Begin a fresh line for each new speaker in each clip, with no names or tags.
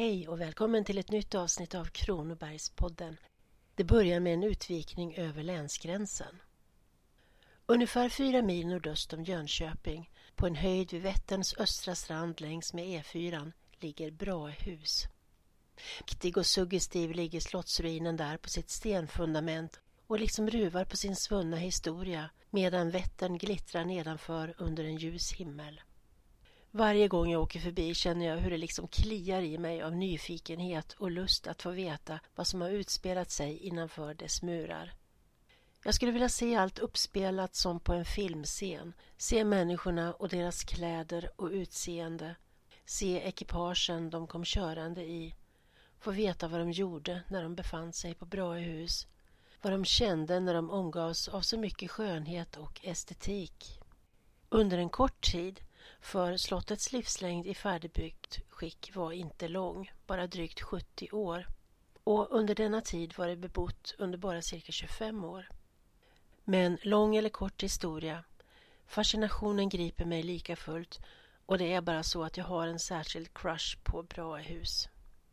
Hej och välkommen till ett nytt avsnitt av Kronobergspodden. Det börjar med en utvikning över länsgränsen. Ungefär 4 mil nordöst om Jönköping, på en höjd vid Vätterns östra strand längs med E4, ligger Braehus. Mäktig och suggestiv ligger slottsruinen där på sitt stenfundament och liksom ruvar på sin svunna historia medan Vättern glittrar nedanför under en ljus himmel. Varje gång jag åker förbi känner jag hur det liksom kliar i mig av nyfikenhet och lust att få veta vad som har utspelat sig innanför dess murar. Jag skulle vilja se allt uppspelat som på en filmscen, se människorna och deras kläder och utseende, se ekipagen de kom körande i, få veta vad de gjorde när de befann sig på Braehus, vad de kände när de omgavs av så mycket skönhet och estetik. Under en kort tid, för slottets livslängd i färdigbyggt skick var inte lång, bara drygt 70 år. Och under denna tid var det bebott under bara cirka 25 år. Men lång eller kort historia, fascinationen griper mig lika fullt och det är bara så att jag har en särskild crush på Braehus.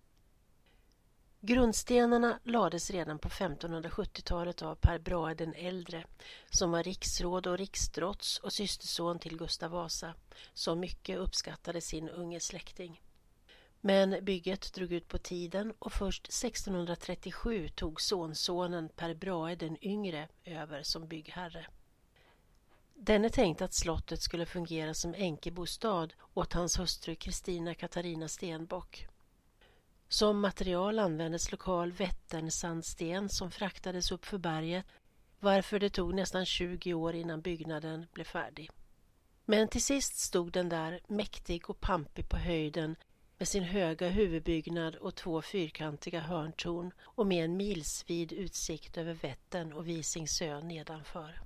Grundstenarna lades redan på 1570-talet av Per Brahe den äldre, som var riksråd och riksdrotts och systerson till Gustav Vasa, som mycket uppskattade sin unge släkting. Men bygget drog ut på tiden och först 1637 tog sonsonen Per Brahe den yngre över som byggherre. Den är tänkt att slottet skulle fungera som änkebostad åt hans hustru Kristina Katarina Stenbock. Som material användes lokal Vätternsandsten som fraktades upp för berget, varför det tog nästan 20 år innan byggnaden blev färdig. Men till sist stod den där mäktig och pampig på höjden med sin höga huvudbyggnad och 2 fyrkantiga hörntorn och med en milsvid utsikt över Vättern och Visingsö nedanför.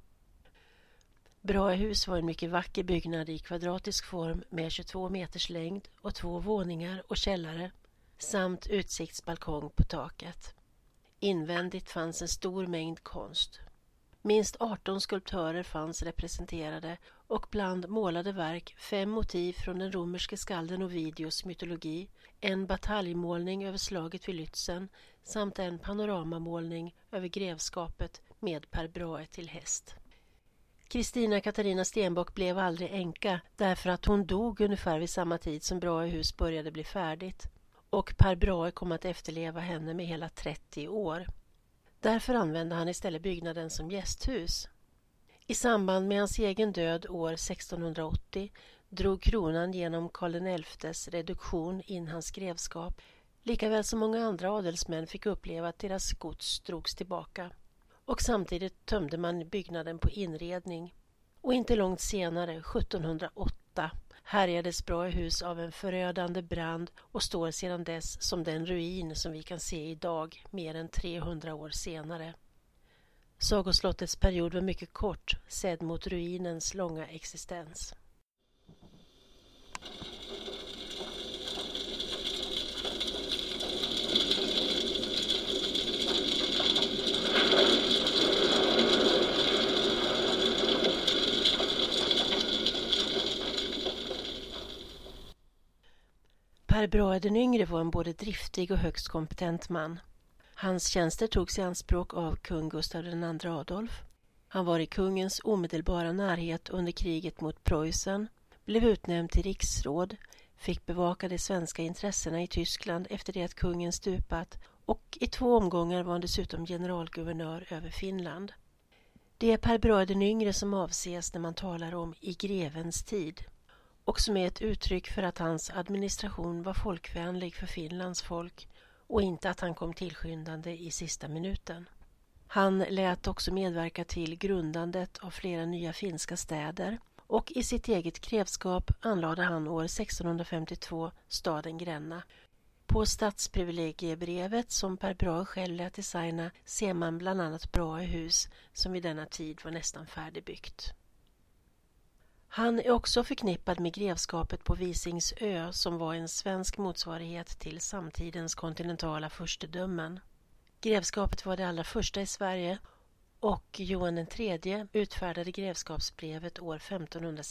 Braehus var en mycket vacker byggnad i kvadratisk form med 22 meters längd och 2 våningar och källare, samt utsiktsbalkong på taket. Invändigt fanns en stor mängd konst. Minst 18 skulptörer fanns representerade och bland målade verk 5 motiv från den romerske skalden Ovidius mytologi, en bataljmålning över slaget vid Lützen samt en panoramamålning över grevskapet med Per Brahe till häst. Kristina Katarina Stenbock blev aldrig änka därför att hon dog ungefär vid samma tid som Braehus började bli färdigt. Och Per Brahe kom att efterleva henne med hela 30 år. Därför använde han istället byggnaden som gästhus. I samband med hans egen död år 1680 drog kronan genom Karl XI:s reduktion in hans grevskap, likaväl som många andra adelsmän fick uppleva att deras gods drogs tillbaka. Och samtidigt tömde man byggnaden på inredning. Och inte långt senare, 1708, härjades Braehus av en förödande brand och står sedan dess som den ruin som vi kan se idag mer än 300 år senare. Sagoslottets period var mycket kort sedd mot ruinens långa existens. Per Brahe den yngre var en både driftig och högst kompetent man. Hans tjänster togs i anspråk av kung Gustav II Adolf. Han var i kungens omedelbara närhet under kriget mot Preussen, blev utnämnd till riksråd, fick bevaka de svenska intressena i Tyskland efter det att kungen stupat och i 2 omgångar var han dessutom generalguvernör över Finland. Det är Per Brahe den yngre som avses när man talar om i grevens tid, och som är ett uttryck för att hans administration var folkvänlig för Finlands folk och inte att han kom tillskyndande i sista minuten. Han lät också medverka till grundandet av flera nya finska städer och i sitt eget grevskap anlade han år 1652 staden Gränna. På stadsprivilegiebrevet som Per Brahe själv lät designa ser man bland annat Braehus som vid denna tid var nästan färdigbyggt. Han är också förknippad med grevskapet på Visingsö som var en svensk motsvarighet till samtidens kontinentala furstedömen. Grevskapet var det allra första i Sverige och Johan III utfärdade grevskapsbrevet år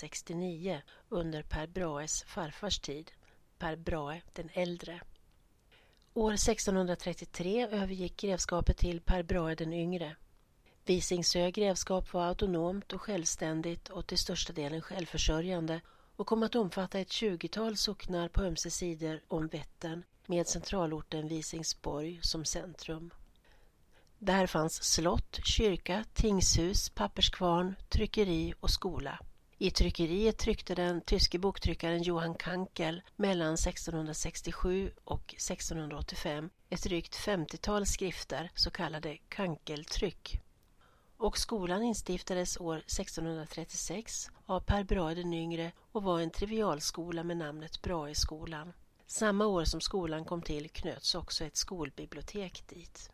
1569 under Per Brahes farfars tid, Per Brahe den äldre. År 1633 övergick grevskapet till Per Brahe den yngre. Visingsö grevskap var autonomt och självständigt och till största delen självförsörjande och kom att omfatta ett 20-tal socknar på ömse sidor om Vättern med centralorten Visingsborg som centrum. Där fanns slott, kyrka, tingshus, papperskvarn, tryckeri och skola. I tryckeriet tryckte den tyske boktryckaren Johann Kankel mellan 1667 och 1685 ett drygt 50-tal skrifter, så kallade Kankeltryck. Och skolan instiftades år 1636 av Per Brahe den yngre och var en trivialskola med namnet Braheskolan. Samma år som skolan kom till knöts också ett skolbibliotek dit.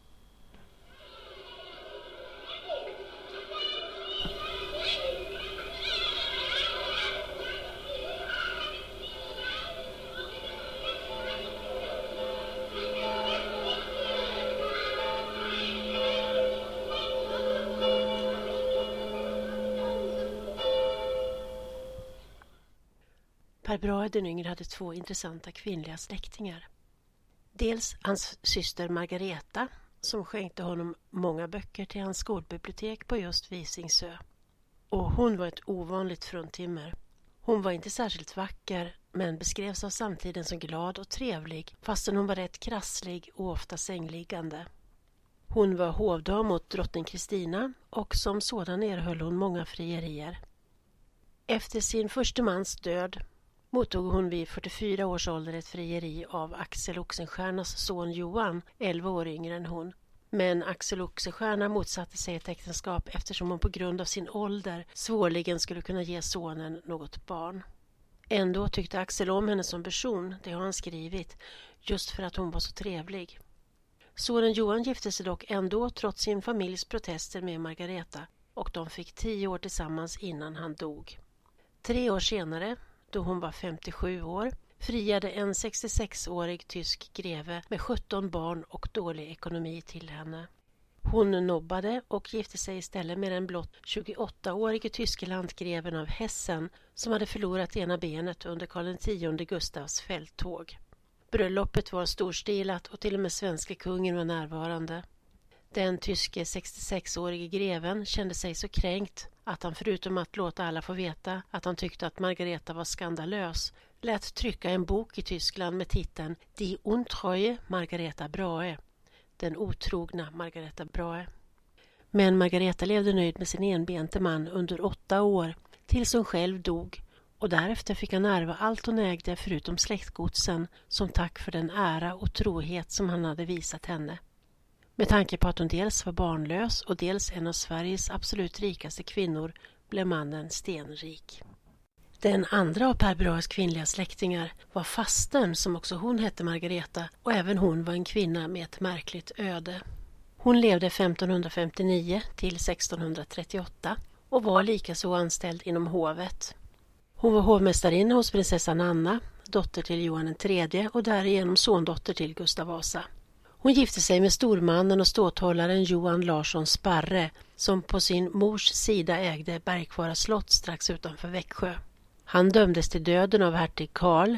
Per Brahe den yngre hade två intressanta kvinnliga släktingar. Dels hans syster Margareta som skänkte honom många böcker till hans skolbibliotek på just Visingsö. Och hon var ett ovanligt fruntimmer. Hon var inte särskilt vacker men beskrevs av samtiden som glad och trevlig fastän hon var rätt krasslig och ofta sängliggande. Hon var hovdam åt drottning Kristina och som sådan erhöll hon många frierier. Efter sin förste mans död mottog hon vid 44 års ålder ett frieri av Axel Oxenstiernas son Johan, 11 år yngre än hon. Men Axel Oxenstierna motsatte sig ett äktenskap eftersom hon på grund av sin ålder svårligen skulle kunna ge sonen något barn. Ändå tyckte Axel om henne som person, det har han skrivit, just för att hon var så trevlig. Sonen Johan gifte sig dock ändå trots sin familjs protester med Margareta och de fick 10 år tillsammans innan han dog. 3 år senare, då hon var 57 år, friade en 66-årig tysk greve med 17 barn och dålig ekonomi till henne. Hon nobbade och gifte sig istället med den blott 28-årige tyske landgreven av Hessen som hade förlorat ena benet under Karl X Gustavs fälttåg. Bröllopet var storstilat och till och med svenska kungen var närvarande. Den tyske 66-årige greven kände sig så kränkt att han förutom att låta alla få veta att han tyckte att Margareta var skandalös lät trycka en bok i Tyskland med titeln Die untreue Margareta Brahe, den otrogna Margareta Brahe. Men Margareta levde nöjd med sin enbente man under 8 år tills hon själv dog och därefter fick han ärva allt hon ägde förutom släktgodsen som tack för den ära och trohet som han hade visat henne. Med tanke på att hon dels var barnlös och dels en av Sveriges absolut rikaste kvinnor blev mannen stenrik. Den andra av Per Brahes kvinnliga släktingar var fastern som också hon hette Margareta och även hon var en kvinna med ett märkligt öde. Hon levde 1559 till 1638 och var likaså anställd inom hovet. Hon var hovmästarinna hos prinsessan Anna, dotter till Johan III och därigenom sondotter till Gustav Vasa. Hon gifte sig med stormannen och ståthållaren Johan Larsson Sparre som på sin mors sida ägde Bergkvara slott strax utanför Växjö. Han dömdes till döden av hertig Karl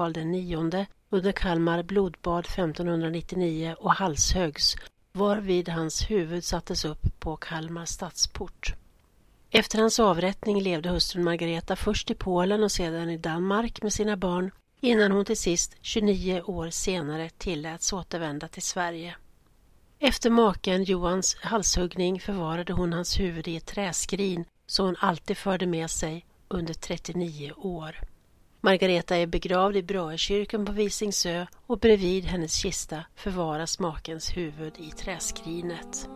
IX under Kalmar blodbad 1599 och halshögs varvid hans huvud sattes upp på Kalmar stadsport. Efter hans avrättning levde hustrun Margareta först i Polen och sedan i Danmark med sina barn innan hon till sist 29 år senare tilläts återvända till Sverige. Efter maken Johans halshuggning förvarade hon hans huvud i ett träskrin som hon alltid förde med sig under 39 år. Margareta är begravd i Brahekyrkan på Visingsö och bredvid hennes kista förvaras makens huvud i träskrinet.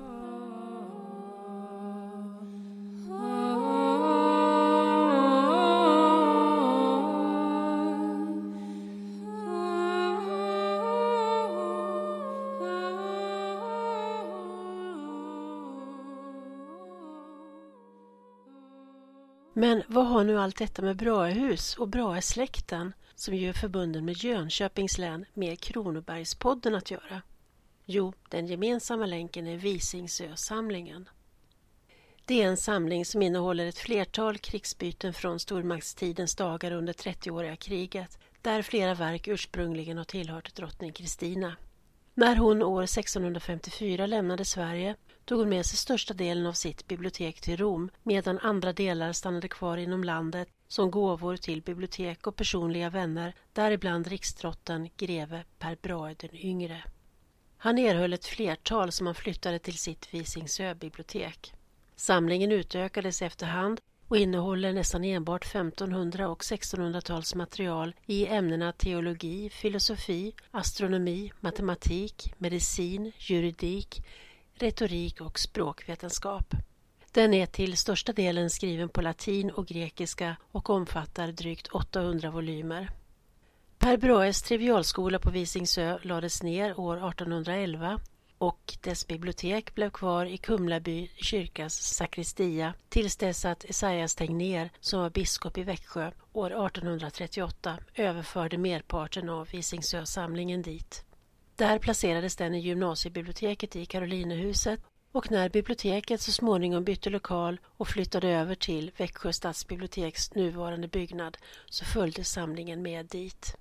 Men vad har nu allt detta med Brahehus och Brahesläkten, som ju är förbunden med Jönköpings län, med Kronobergspodden att göra? Jo, den gemensamma länken är Visingsö-samlingen. Det är en samling som innehåller ett flertal krigsbyten från stormaktstidens dagar under 30-åriga kriget, där flera verk ursprungligen har tillhört drottning Kristina. När hon år 1654 lämnade Sverige tog hon med sig största delen av sitt bibliotek till Rom, medan andra delar stannade kvar inom landet som gåvor till bibliotek och personliga vänner, däribland riksdrotten greve Per Brahe den yngre. Han erhöll ett flertal som han flyttade till sitt Visingsö-bibliotek. Samlingen utökades efterhand och innehåller nästan enbart 1500- och 1600-tals material i ämnena teologi, filosofi, astronomi, matematik, medicin, juridik, retorik och språkvetenskap. Den är till största delen skriven på latin och grekiska och omfattar drygt 800 volymer. Per Brahes trivialskola på Visingsö lades ner år 1811 och dess bibliotek blev kvar i Kumlaby kyrkas sakristia tills dess att Esaias Tegnér, som var biskop i Växjö år 1838, överförde merparten av Visingsö-samlingen dit. Där placerades den i gymnasiebiblioteket i Karolinehuset, och när biblioteket så småningom bytte lokal och flyttade över till Växjö stadsbiblioteks nuvarande byggnad så följde samlingen med dit.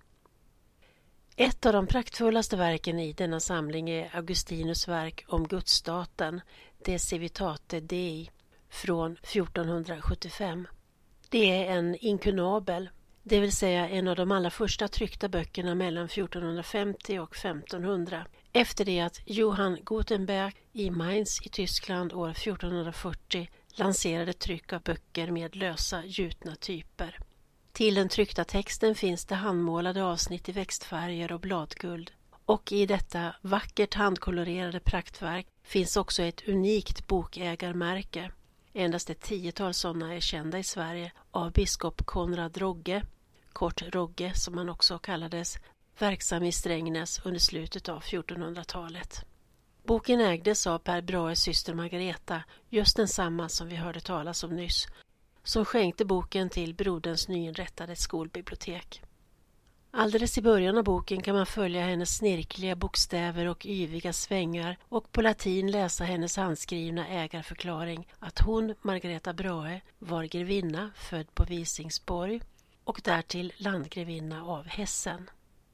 Ett av de praktfullaste verken i denna samling är Augustinus verk om gudsstaten, De Civitate Dei, från 1475. Det är en inkunabel, det vill säga en av de allra första tryckta böckerna mellan 1450 och 1500. Efter det att Johann Gutenberg i Mainz i Tyskland år 1440 lanserade tryck av böcker med lösa gjutna typer. Till den tryckta texten finns det handmålade avsnitt i växtfärger och bladguld. Och i detta vackert handkolorerade praktverk finns också ett unikt bokägarmärke. Endast ett 10-tal sådana är kända i Sverige av biskop Konrad Rogge, kort Rogge som han också kallades, verksam i Strängnäs under slutet av 1400-talet. Boken ägdes av Per Brahes syster Margareta, just densamma som vi hörde talas om nyss, som skänkte boken till broderns nyinrättade skolbibliotek. Alldeles i början av boken kan man följa hennes snirkliga bokstäver och yviga svängar och på latin läsa hennes handskrivna ägarförklaring att hon, Margareta Brahe, var grevinna född på Visingsborg och därtill landgrevinna av Hessen.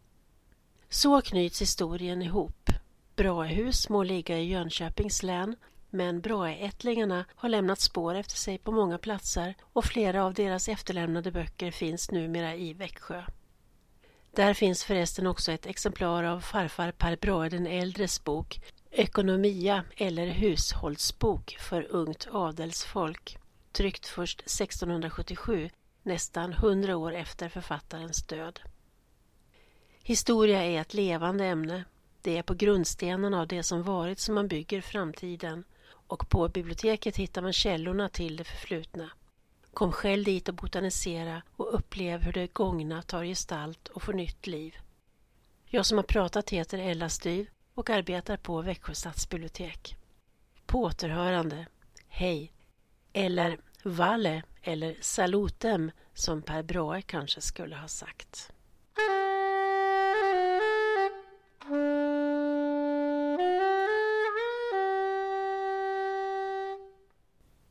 Så knyts historien ihop. Brahehus må ligga i Jönköpings län, men Brahe-ättlingarna har lämnat spår efter sig på många platser och flera av deras efterlämnade böcker finns numera i Växjö. Där finns förresten också ett exemplar av farfar Per Brahe den äldres bok Ekonomia eller hushållsbok för ungt adelsfolk, tryckt först 1677, nästan 100 år efter författarens död. Historia är ett levande ämne. Det är på grundstenarna av det som varit som man bygger framtiden, och på biblioteket hittar man källorna till det förflutna. Kom själv dit och botanisera och upplev hur det gångna tar gestalt och får nytt liv. Jag som har pratat heter Ella Styv och arbetar på Växjö stadsbibliotek. På återhörande, hej, eller valle eller salutem som Per Brahe kanske skulle ha sagt.